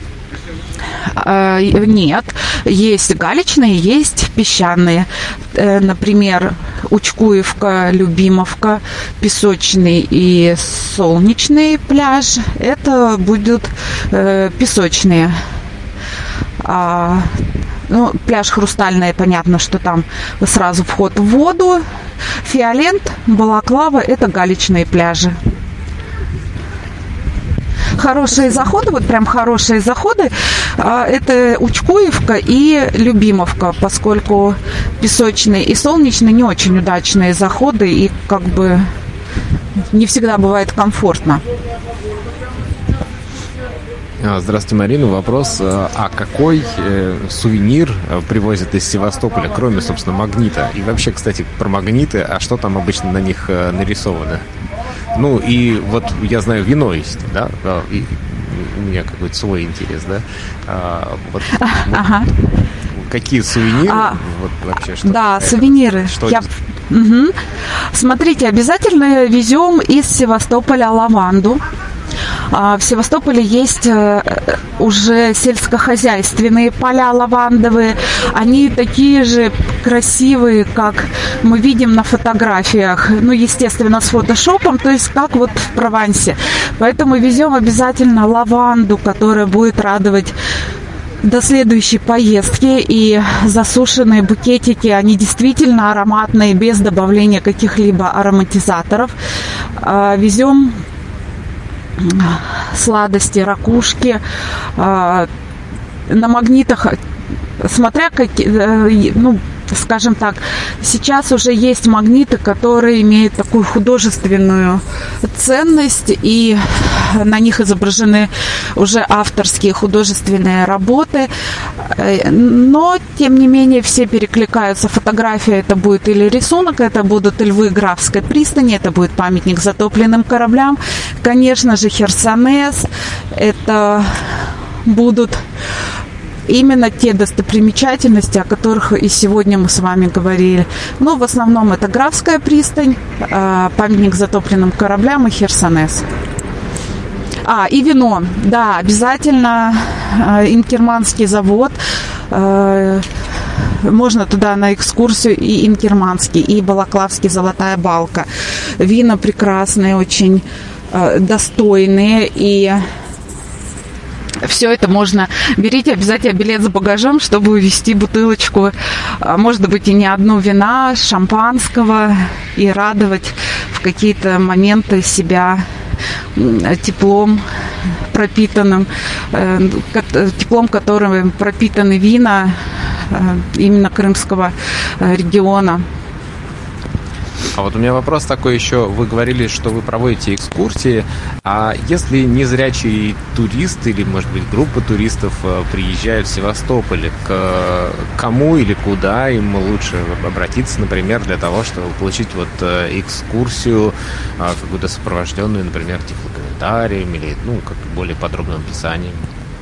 Нет, есть галечные, есть песчаные. Например, Учкуевка, Любимовка, песочный и солнечный пляж. Это будут песочные. Ну, пляж Хрустальный, понятно, что там сразу вход в воду. Фиолент, Балаклава – это галечные пляжи. Хорошие заходы, вот прям хорошие заходы, это Учкуевка и Любимовка, поскольку песочные и солнечные не очень удачные заходы, и как бы не всегда бывает комфортно. Здравствуйте, Марина. Вопрос, а какой э, сувенир привозят из Севастополя, кроме, собственно, магнита? И вообще, кстати, про магниты, а что там обычно на них э, нарисовано? Ну, и вот я знаю, вино есть, да? И у меня какой-то свой интерес, да? А, вот, ага. Какие сувениры? А, вот вообще, что да, это? сувениры. Что я, Угу. Смотрите, обязательно везем из Севастополя лаванду. В Севастополе есть уже сельскохозяйственные поля лавандовые. Они такие же красивые, как мы видим на фотографиях. Ну, естественно, с фотошопом, то есть как вот в Провансе. Поэтому везем обязательно лаванду, которая будет радовать до следующей поездки. И засушенные букетики, они действительно ароматные, без добавления каких-либо ароматизаторов. Везем сладости, ракушки. На магнитах, смотря какие, ну, скажем так, сейчас уже есть магниты, которые имеют такую художественную ценность, и на них изображены уже авторские художественные работы. Но, тем не менее, все перекликаются. Фотография — это будет или рисунок, это будут львы Графской пристани, это будет памятник затопленным кораблям. Конечно же, Херсонес. Это будут именно те достопримечательности, о которых и сегодня мы с вами говорили. Но в основном это Графская пристань, памятник затопленным кораблям и Херсонес. А, и вино. Да, обязательно Инкерманский завод. Можно туда на экскурсию и Инкерманский, и Балаклавский «Золотая балка». Вина прекрасные, очень достойные, и все это можно. Берите обязательно билет с багажом, чтобы увезти бутылочку, может быть, и не одну вина, шампанского, и радовать в какие-то моменты себя теплом пропитанным, теплом, которым пропитаны вина именно Крымского региона. А вот у меня вопрос такой еще. Вы говорили, что вы проводите экскурсии. А если незрячий турист или, может быть, группа туристов приезжают в Севастополь, к кому или куда им лучше обратиться, например, для того, чтобы получить вот экскурсию, какую-то сопровожденную, например, тифлокомментарием или, ну, как более подробным описанием?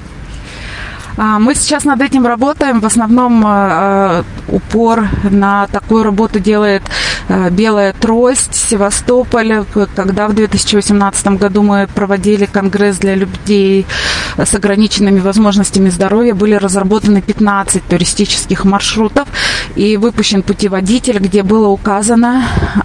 Мы сейчас над этим работаем. В основном э, упор на такую работу делает э, «Белая трость» Севастополя. Когда в две тысячи восемнадцатом году мы проводили конгресс для людей с ограниченными возможностями здоровья, были разработаны пятнадцать туристических маршрутов и выпущен путеводитель, где было указано,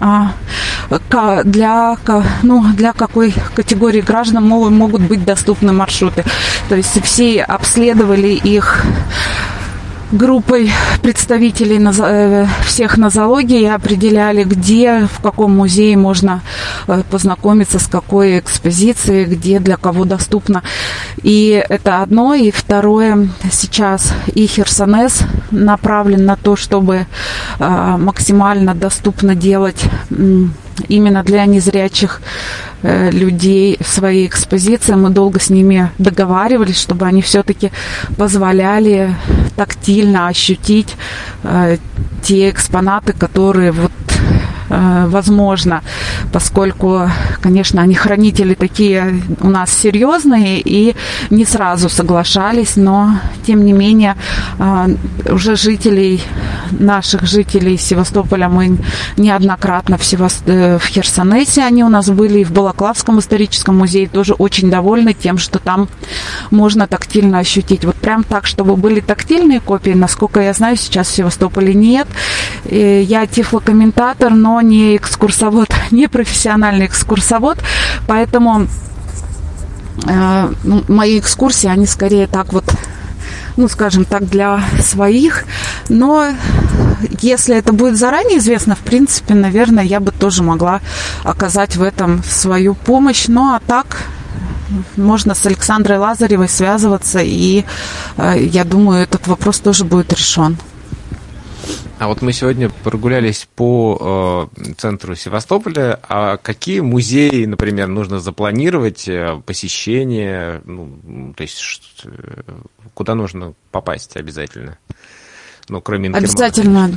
э, для, ну, для какой категории граждан могут быть доступны маршруты. То есть все обследовали их группой представителей всех нозологий и определяли, где, в каком музее можно познакомиться, с какой экспозицией, где для кого доступно. И это одно. И второе, сейчас и Херсонес направлен на то, чтобы максимально доступно делать именно для незрячих людей свои экспозиции. Мы долго с ними договаривались, чтобы они все-таки позволяли тактильно ощутить э, те экспонаты, которые вот возможно, поскольку, конечно, они хранители такие у нас серьезные и не сразу соглашались, но, тем не менее, уже жителей, наших жителей Севастополя мы неоднократно в, Севаст... в Херсонесе, они у нас были, и в Балаклавском историческом музее, тоже очень довольны тем, что там можно тактильно ощутить. Вот прям так, чтобы были тактильные копии, насколько я знаю, сейчас в Севастополе нет. Я тифлокомментатор, но не экскурсовод, не профессиональный экскурсовод, поэтому э, мои экскурсии, они скорее так вот, ну, скажем так, для своих, но если это будет заранее известно, в принципе, наверное, я бы тоже могла оказать в этом свою помощь, ну, а так можно с Александрой Лазаревой связываться, и э, я думаю, этот вопрос тоже будет решен. А вот мы сегодня прогулялись по э, центру Севастополя. А какие музеи, например, нужно запланировать э, посещение? Ну, то есть что, куда нужно попасть обязательно? Ну, кроме Инкермана. Обязательно.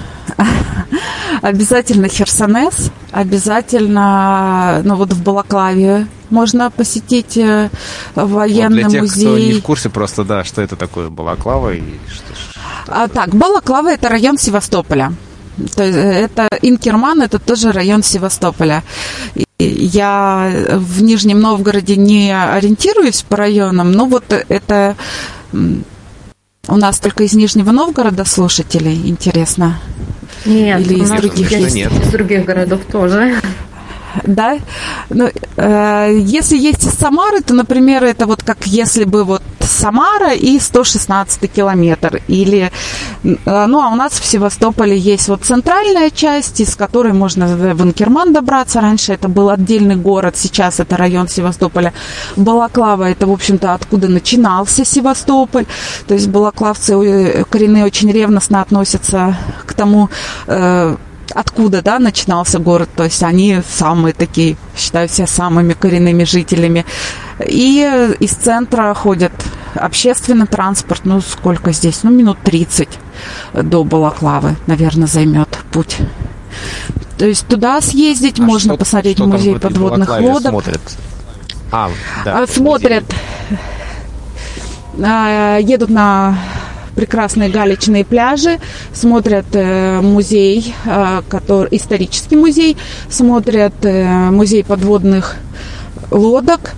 Обязательно Херсонес. Обязательно, ну вот в Балаклаве можно посетить э, военный вот для тех, музей. Кто не в курсе, просто да, что это такое Балаклава и что. А, так, Балаклава — это район Севастополя. То есть это Инкерман, это тоже район Севастополя. Я в Нижнем Новгороде не ориентируюсь по районам, но вот это у нас только из Нижнего Новгорода слушателей, интересно? Нет, или из других есть, нет. Из других городов тоже. Да? Ну, э, если есть из Самары, то, например, это вот как если бы вот Самара и сто шестнадцатый километр. Или, э, ну, а у нас в Севастополе есть вот центральная часть, из которой можно в Инкерман добраться. Раньше это был отдельный город, сейчас это район Севастополя. Балаклава, это, в общем-то, откуда начинался Севастополь. То есть балаклавцы коренные очень ревностно относятся к тому, э, откуда, да, начинался город, то есть они самые такие, считают себя самыми коренными жителями. И из центра ходят общественный транспорт, ну, сколько здесь, ну, минут тридцать до Балаклавы, наверное, займет путь. То есть туда съездить, а можно что, посмотреть что музей подводных лодок. Смотрят? А, да, смотрят, музей. Едут на прекрасные галечные пляжи, смотрят э, музей, э, который, исторический музей, смотрят э, музей подводных лодок,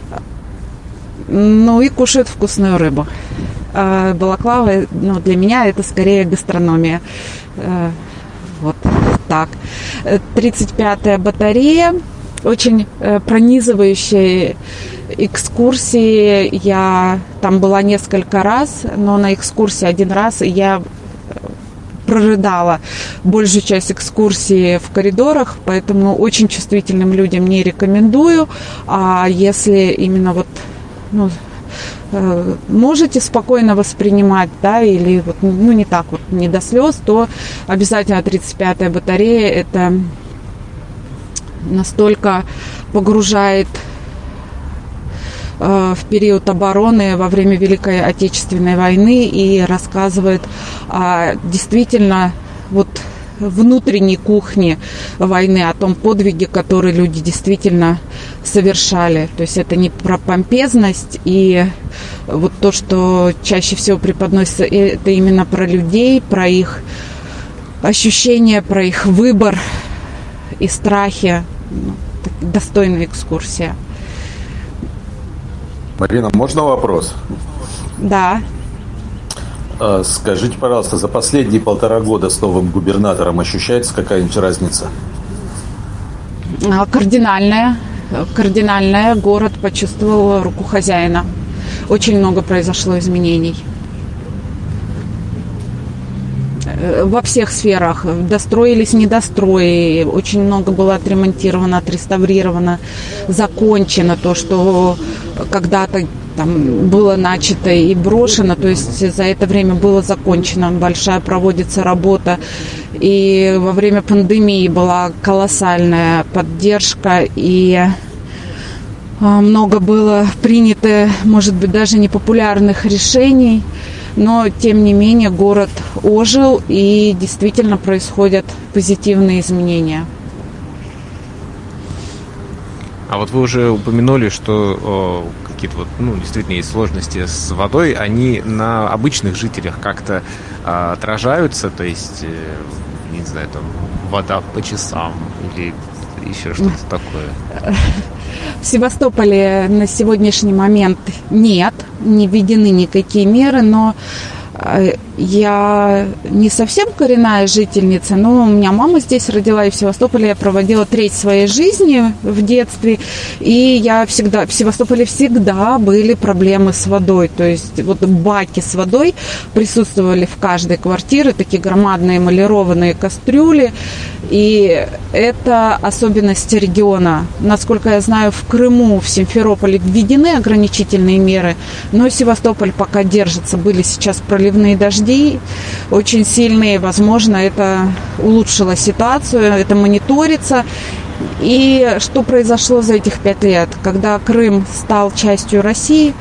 ну и кушают вкусную рыбу. Э, Балаклава, ну, для меня это скорее гастрономия. Э, вот так. тридцать пятая батарея, очень э, пронизывающая экскурсии. Я там была несколько раз, но на экскурсии один раз я прорыдала большую часть экскурсии в коридорах, поэтому очень чувствительным людям не рекомендую. А если именно вот, ну, э, можете спокойно воспринимать, да, или вот, ну, не так вот, не до слез, то обязательно тридцать пятая батарея. Это настолько погружает в период обороны во время Великой Отечественной войны и рассказывает о действительно вот внутренней кухне войны, о том подвиге, который люди действительно совершали. То есть это не про помпезность и вот то, что чаще всего преподносится, это именно про людей, про их ощущения, про их выбор и страхи. Достойная экскурсия. Марина, можно вопрос? Да. Скажите, пожалуйста, за последние полтора года с новым губернатором ощущается какая-нибудь разница? Кардинальная. Кардинальная. Город почувствовал руку хозяина. Очень много произошло изменений. Во всех сферах. Достроились недострои. Очень много было отремонтировано, отреставрировано, закончено то, что когда-то там было начато и брошено. То есть за это время было закончено. Большая проводится работа. И во время пандемии была колоссальная поддержка. И много было принято, может быть, даже непопулярных решений. Но, тем не менее, город ожил, и действительно происходят позитивные изменения. А вот вы уже упомянули, что о, какие-то вот, ну, действительно есть сложности с водой. Они на обычных жителях как-то а, отражаются? То есть, э, не знаю, там, вода по часам или еще что-то такое? В Севастополе на сегодняшний момент нет, не введены никакие меры, но я не совсем коренная жительница, но у меня мама здесь родила, и в Севастополе я проводила треть своей жизни в детстве, и я всегда, в Севастополе всегда были проблемы с водой, то есть вот баки с водой присутствовали в каждой квартире, такие громадные эмалированные кастрюли, и это особенность региона. Насколько я знаю, в Крыму, в Симферополе введены ограничительные меры, но Севастополь пока держится, были сейчас проливные дожди, очень сильные, возможно, это улучшило ситуацию, это мониторится. И что произошло за этих пять лет? Когда Крым стал частью России,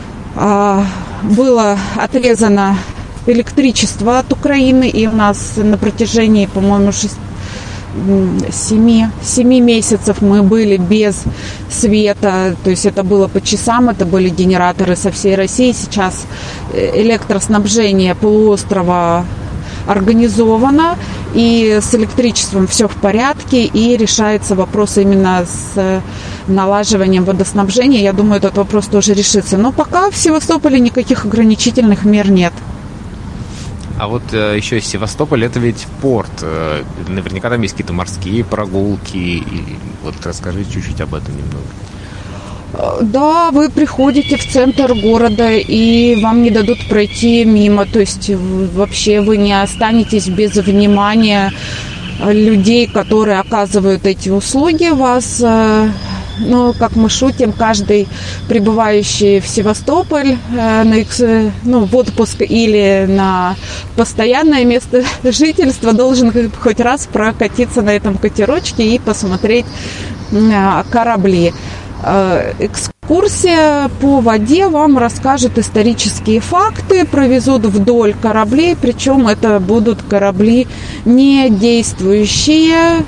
было отрезано электричество от Украины, и у нас на протяжении, по-моему, шести Семи, семи месяцев мы были без света, то есть это было по часам, это были генераторы со всей России. Сейчас электроснабжение полуострова организовано, и с электричеством все в порядке, и решается вопрос именно с налаживанием водоснабжения. Я думаю, этот вопрос тоже решится. Но пока в Севастополе никаких ограничительных мер нет. А вот э, еще Севастополь, это ведь порт. Э, наверняка там есть какие-то морские прогулки. И, вот расскажите чуть-чуть об этом немного. Да, вы приходите в центр города, и вам не дадут пройти мимо. То есть вообще вы не останетесь без внимания людей, которые оказывают эти услуги. Вас, ну, как мы шутим, каждый прибывающий в Севастополь на, ну, в отпуск или на постоянное место жительства должен хоть раз прокатиться на этом катерочке и посмотреть корабли. Экскурсия по воде вам расскажет исторические факты, провезут вдоль кораблей, причем это будут корабли не действующие.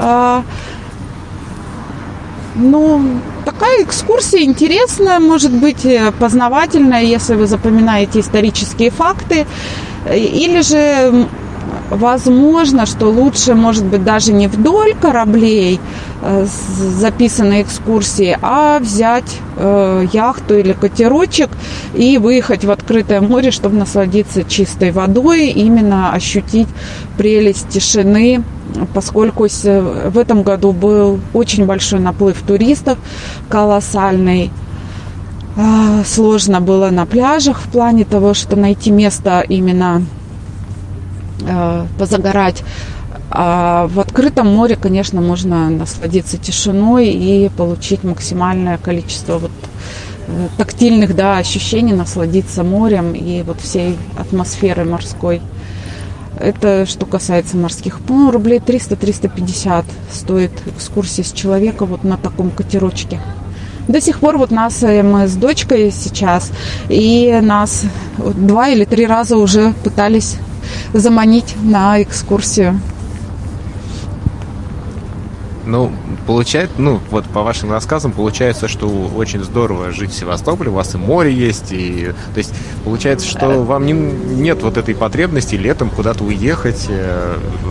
Ну, такая экскурсия интересная, может быть познавательная, если вы запоминаете исторические факты, или же возможно, что лучше, может быть, даже не вдоль кораблей э, записанной экскурсии, а взять э, яхту или катерочек и выехать в открытое море, чтобы насладиться чистой водой, именно ощутить прелесть тишины, поскольку в этом году был очень большой наплыв туристов, колоссальный. Э, сложно было на пляжах в плане того, что найти место именно позагорать. А в открытом море, конечно, можно насладиться тишиной и получить максимальное количество вот тактильных, да, ощущений, насладиться морем и вот всей атмосферой морской. Это что касается морских. Ну, рублей триста - триста пятьдесят стоит экскурсия с человека вот на таком катерочке. До сих пор вот нас, мы с дочкой сейчас, и нас два или три раза уже пытались заманить на экскурсию. Ну, получается, ну, вот по вашим рассказам получается, что очень здорово жить в Севастополе, у вас и море есть, и, то есть, получается, что вам не, нет вот этой потребности летом куда-то уехать, э,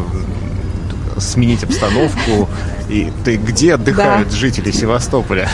сменить обстановку, и ты, где отдыхают да. жители Севастополя?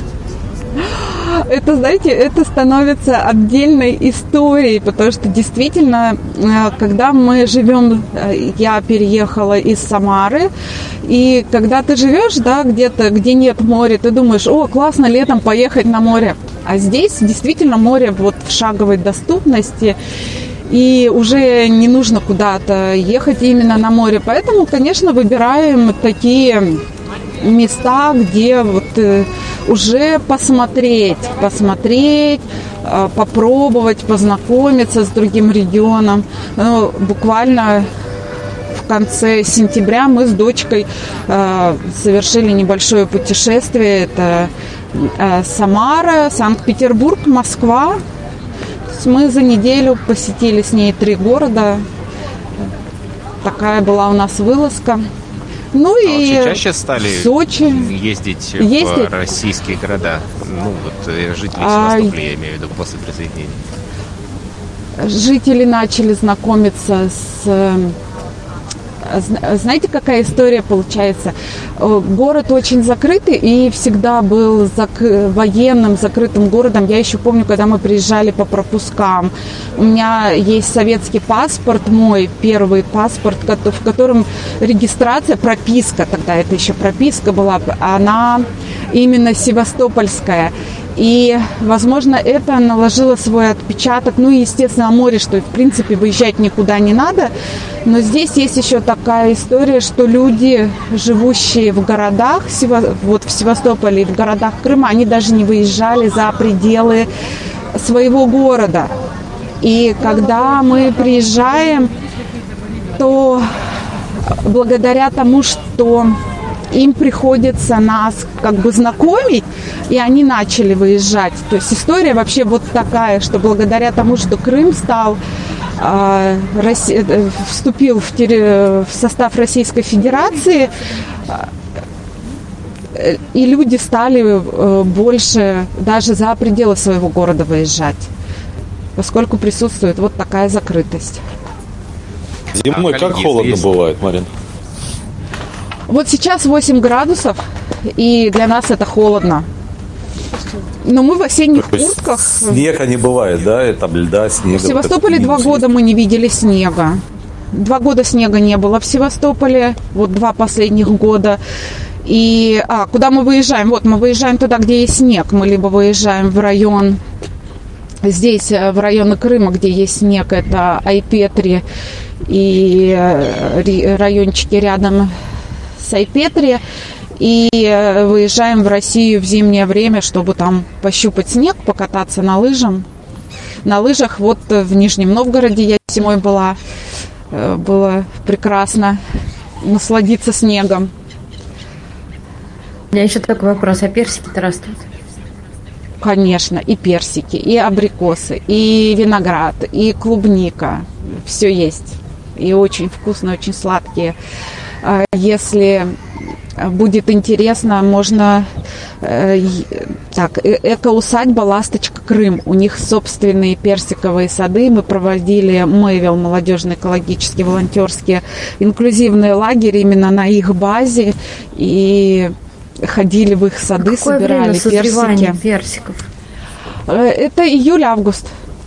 Это, знаете, это становится отдельной историей, потому что действительно, когда мы живем, я переехала из Самары, и когда ты живешь, да, где-то, где нет моря, ты думаешь, о, классно летом поехать на море. А здесь действительно море вот в шаговой доступности, и уже не нужно куда-то ехать именно на море. Поэтому, конечно, выбираем такие места, где вот уже посмотреть, посмотреть, попробовать, познакомиться с другим регионом. Ну, буквально в конце сентября мы с дочкой э, совершили небольшое путешествие. Это э, Самара, Санкт-Петербург, Москва. Мы за неделю посетили с ней три города. Такая была у нас вылазка. Ну а и вот чаще стали Сочи ездить, ездить в российские города. Ну, вот жители Севастополя, а... я имею в виду, после присоединения. Жители начали знакомиться с... Знаете, какая история получается? Город очень закрытый и всегда был зак... военным, закрытым городом. Я еще помню, когда мы приезжали по пропускам. У меня есть советский паспорт, мой первый паспорт, в котором регистрация, прописка, тогда это еще прописка была, она именно севастопольская. И, возможно, это наложило свой отпечаток. Ну и, естественно, о море, что, в принципе, выезжать никуда не надо. Но здесь есть еще такая история, что люди, живущие в городах, вот в Севастополе и в городах Крыма, они даже не выезжали за пределы своего города. И когда мы приезжаем, то благодаря тому, что им приходится нас как бы знакомить, и они начали выезжать. То есть история вообще вот такая, что благодаря тому, что Крым стал, э, Россия, э, вступил в, в состав Российской Федерации, э, и люди стали э, больше даже за пределы своего города выезжать, поскольку присутствует вот такая закрытость. Зимой а, как холодно есть... бывает, Марин? Вот сейчас восемь градусов, и для нас это холодно. Но мы в осенних куртках. Снега не бывает, да? И там льда, снега. В Севастополе два года мы не видели снега. Два года снега не было в Севастополе. Вот два последних года. И а, куда мы выезжаем? Вот мы выезжаем туда, где есть снег. Мы либо выезжаем в район, здесь в районы Крыма, где есть снег, это Айпетри и райончики рядом с Айпетри. И выезжаем в Россию в зимнее время, чтобы там пощупать снег, покататься на лыжах. На лыжах. Вот в Нижнем Новгороде я зимой была. Было прекрасно насладиться снегом. У меня еще такой вопрос. А персики-то растут? Конечно. И персики, и абрикосы, и виноград, и клубника. Все есть. И очень вкусно, очень сладкие. Если будет интересно, можно... Э, так, эко-усадьба «Ласточка Крым». У них собственные персиковые сады. Мы проводили Мэйвилл, молодежный экологический волонтерский инклюзивный лагерь именно на их базе. И ходили в их сады, а какое собирали время созревания персики. персиков? Это июль-август.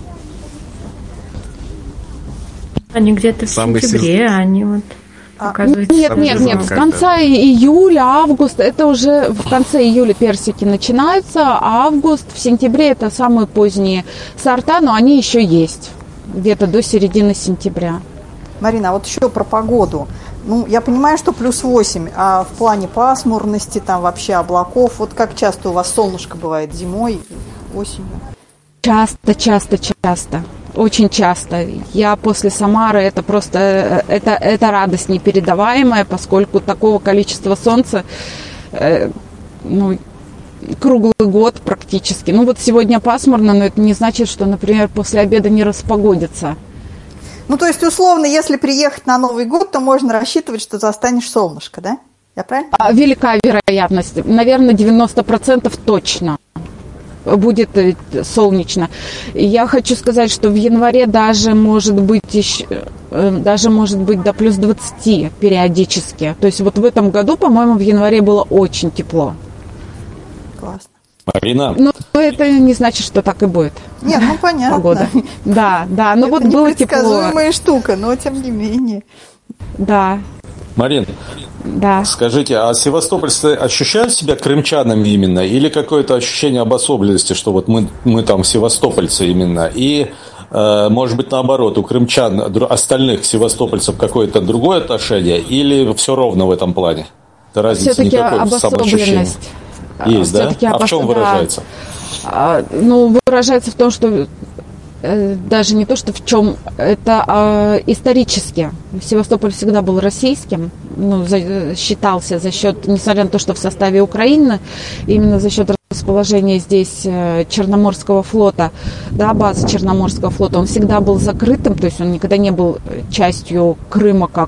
Они где-то в Самый сентябре, сезон. они вот... Нет, нет, нет, нет. В конце июля, август, это уже в конце июля персики начинаются, а август, в сентябре это самые поздние сорта, но они еще есть, где-то до середины сентября. Марина, а вот еще про погоду. Ну, я понимаю, что плюс восемь, а в плане пасмурности, там вообще облаков, вот как часто у вас солнышко бывает зимой, осенью? Часто, часто, часто. Очень часто. Я после Самары, это просто, это, это радость непередаваемая, поскольку такого количества солнца, э, ну, круглый год практически. Ну, вот сегодня пасмурно, но это не значит, что, например, после обеда не распогодится. Ну, то есть, условно, если приехать на Новый год, то можно рассчитывать, что застанешь солнышко, да? Я правильно? Велика вероятность. Наверное, девяносто процентов точно будет солнечно. Я хочу сказать, что в январе даже может быть еще, даже может быть до плюс двадцати периодически. То есть вот в этом году, по-моему, в январе было очень тепло. Классно. Марина. Но это не значит, что так и будет. Нет, ну понятно. Погода. Да, да. Ну вот было тепло. Это непредсказуемая штука, но тем не менее. Да. Марин, да. Скажите, а севастопольцы ощущают себя крымчанами именно? Или какое-то ощущение обособленности, что вот мы, мы там севастопольцы именно? И, э, может быть, наоборот, у крымчан, остальных севастопольцев какое-то другое отношение? Или все ровно в этом плане? Это разница все-таки никакой самоощущения? Есть, да? А в чем выражается? А, ну, выражается в том, что э, даже не то, что в чем, это э, исторически. Севастополь всегда был российским, ну, за, считался за счет, несмотря на то, что в составе Украины, именно за счет расположения здесь э, Черноморского флота, да, базы Черноморского флота, он всегда был закрытым, то есть он никогда не был частью Крыма как,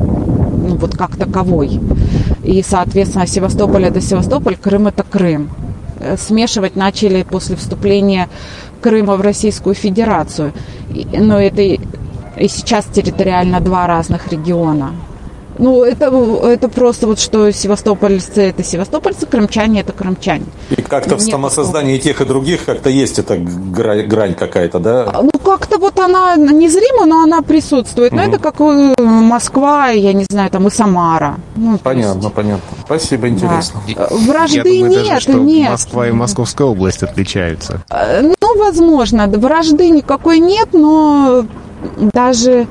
ну, вот как таковой. И, соответственно, Севастополь это Севастополь, Крым это Крым. Смешивать начали после вступления Крыма в Российскую Федерацию. Но это и сейчас территориально два разных региона. Ну, это, это просто вот, что севастопольцы это севастопольцы, крымчане это крымчане. И как-то в самосоздании тех и других как-то есть эта грань, грань какая-то, да? Ну, как-то вот она незрима, но она присутствует. Mm-hmm. Но это как Москва, я не знаю, там и Самара. Ну, понятно, есть... понятно. Спасибо, интересно. Да. Вражды я думаю, нет, даже, что нет. Москва и Московская область отличаются. Ну, возможно. Вражды никакой нет, но даже...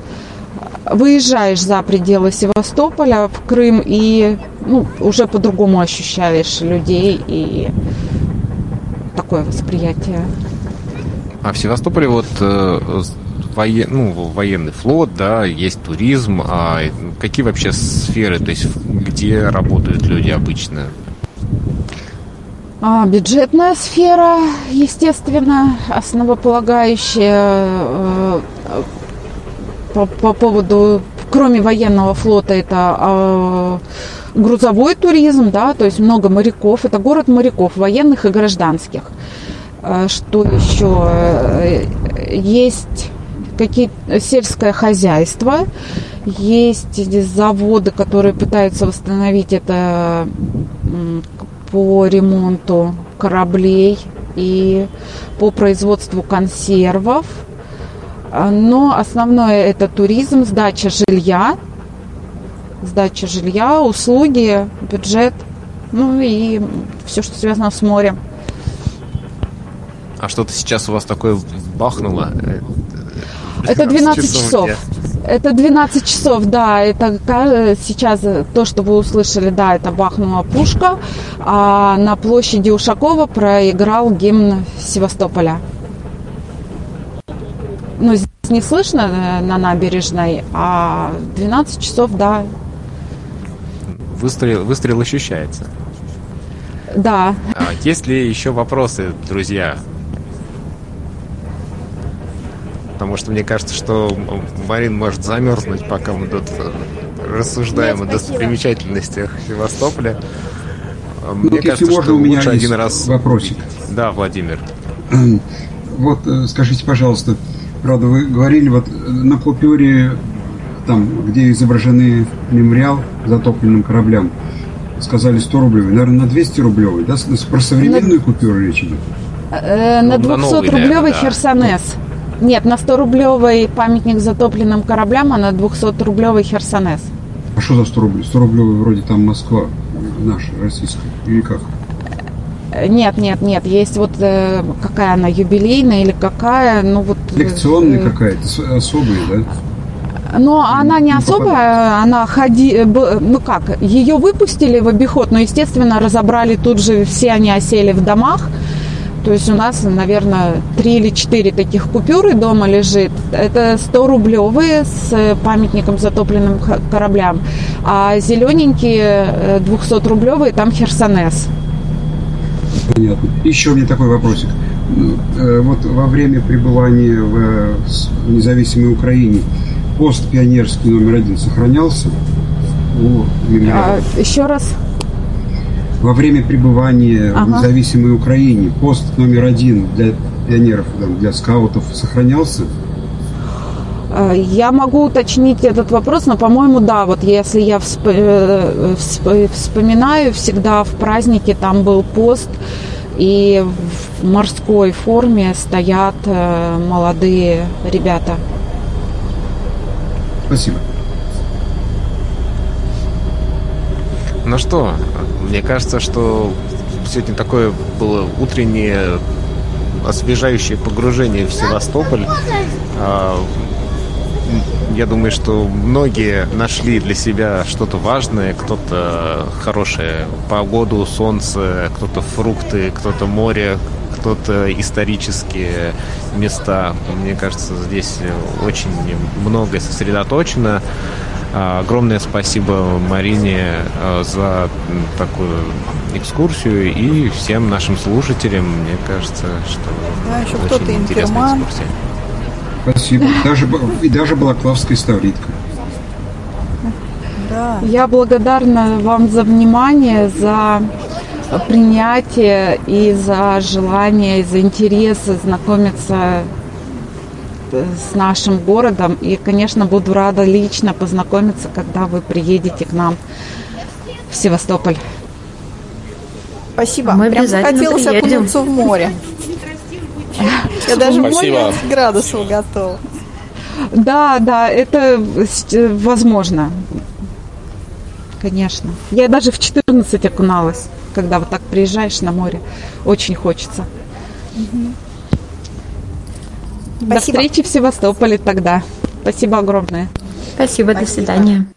выезжаешь за пределы Севастополя в Крым и, ну, уже по-другому ощущаешь людей и такое восприятие. А в Севастополе вот э, воен, ну, военный флот, да, есть туризм. А какие вообще сферы, то есть где работают люди обычно? А, бюджетная сфера, естественно, основополагающая. Э, По, по поводу, кроме военного флота, это э, грузовой туризм, да, то есть много моряков. Это город моряков, военных и гражданских. Э, что еще? Э, есть какие сельское хозяйство Есть заводы, которые пытаются восстановить это по ремонту кораблей и по производству консервов. Но основное это туризм, сдача жилья, сдача жилья, услуги, бюджет, ну и все, что связано с морем. А что-то сейчас у вас такое бахнуло? Это двенадцать часов. Это двенадцать часов, да. Это сейчас то, что вы услышали, да, это бахнула пушка. А на площади Ушакова проиграл гимн Севастополя. Ну, здесь не слышно на набережной, а двенадцать часов, да. Выстрел, выстрел ощущается. Да. А есть ли еще вопросы, друзья? Потому что мне кажется, что Марин может замерзнуть, пока мы тут рассуждаем Нет, о достопримечательностях Севастополя. Мне ну, кажется, если можно, что у меня лучше есть один раз... вопросик. Да, Владимир. Вот скажите, пожалуйста, правда, вы говорили, вот на купюре, там, где изображены мемориал затопленным кораблям, сказали сто рублевый, наверное, на двести рублевый, да? Про современную на... купюру речь идет? Э, на двухсотрублевый да. Херсонес. Нет, на сто-рублевый памятник затопленным кораблям, а на двухсотрублевый Херсонес. А что за сто рублей? сто рублевый вроде там Москва, наша, российская, или как? Нет, нет, нет, есть вот э, какая она, юбилейная или какая, ну вот... Лекционная э, какая-то, особая, да? Но она не особая, она ходи, ну как, ее выпустили в обиход, но, естественно, разобрали тут же, все они осели в домах. То есть у нас, наверное, три или четыре таких купюры дома лежит. Это сто-рублевые с памятником затопленным кораблям. А зелененькие двухсотрублевые, там Херсонес. Понятно. Еще у меня такой вопросик. Вот во время пребывания в независимой Украине пост пионерский номер один сохранялся? А, еще раз? Во время пребывания ага. в независимой Украине пост номер один для пионеров, для скаутов сохранялся? Я могу уточнить этот вопрос, но, по-моему, да. Вот если я всп... Всп... вспоминаю, всегда в празднике там был пост, и в морской форме стоят молодые ребята. Спасибо. Ну что, мне кажется, что сегодня такое было утреннее освежающее погружение в Севастополь. Я думаю, что многие нашли для себя что-то важное, кто-то хорошее погоду, солнце, кто-то фрукты, кто-то море, кто-то исторические места. Мне кажется, здесь очень многое сосредоточено. Огромное спасибо Марине за такую экскурсию и всем нашим слушателям. Мне кажется, что да, еще очень кто-то интересная интерман. экскурсия. Спасибо. Даже, и даже Балаклавская ставритка. Да. Я благодарна вам за внимание, за принятие и за желание, и за интерес знакомиться с нашим городом. И, конечно, буду рада лично познакомиться, когда вы приедете к нам в Севастополь. Спасибо. Мы прям захотелось окунуться в море. Я даже восемьдесят градусов готова. Да, да, это возможно. Конечно. Я даже в четырнадцать окуналась, когда вот так приезжаешь на море. Очень хочется. Угу. До встречи в Севастополе тогда. Спасибо огромное. Спасибо, Спасибо. До свидания.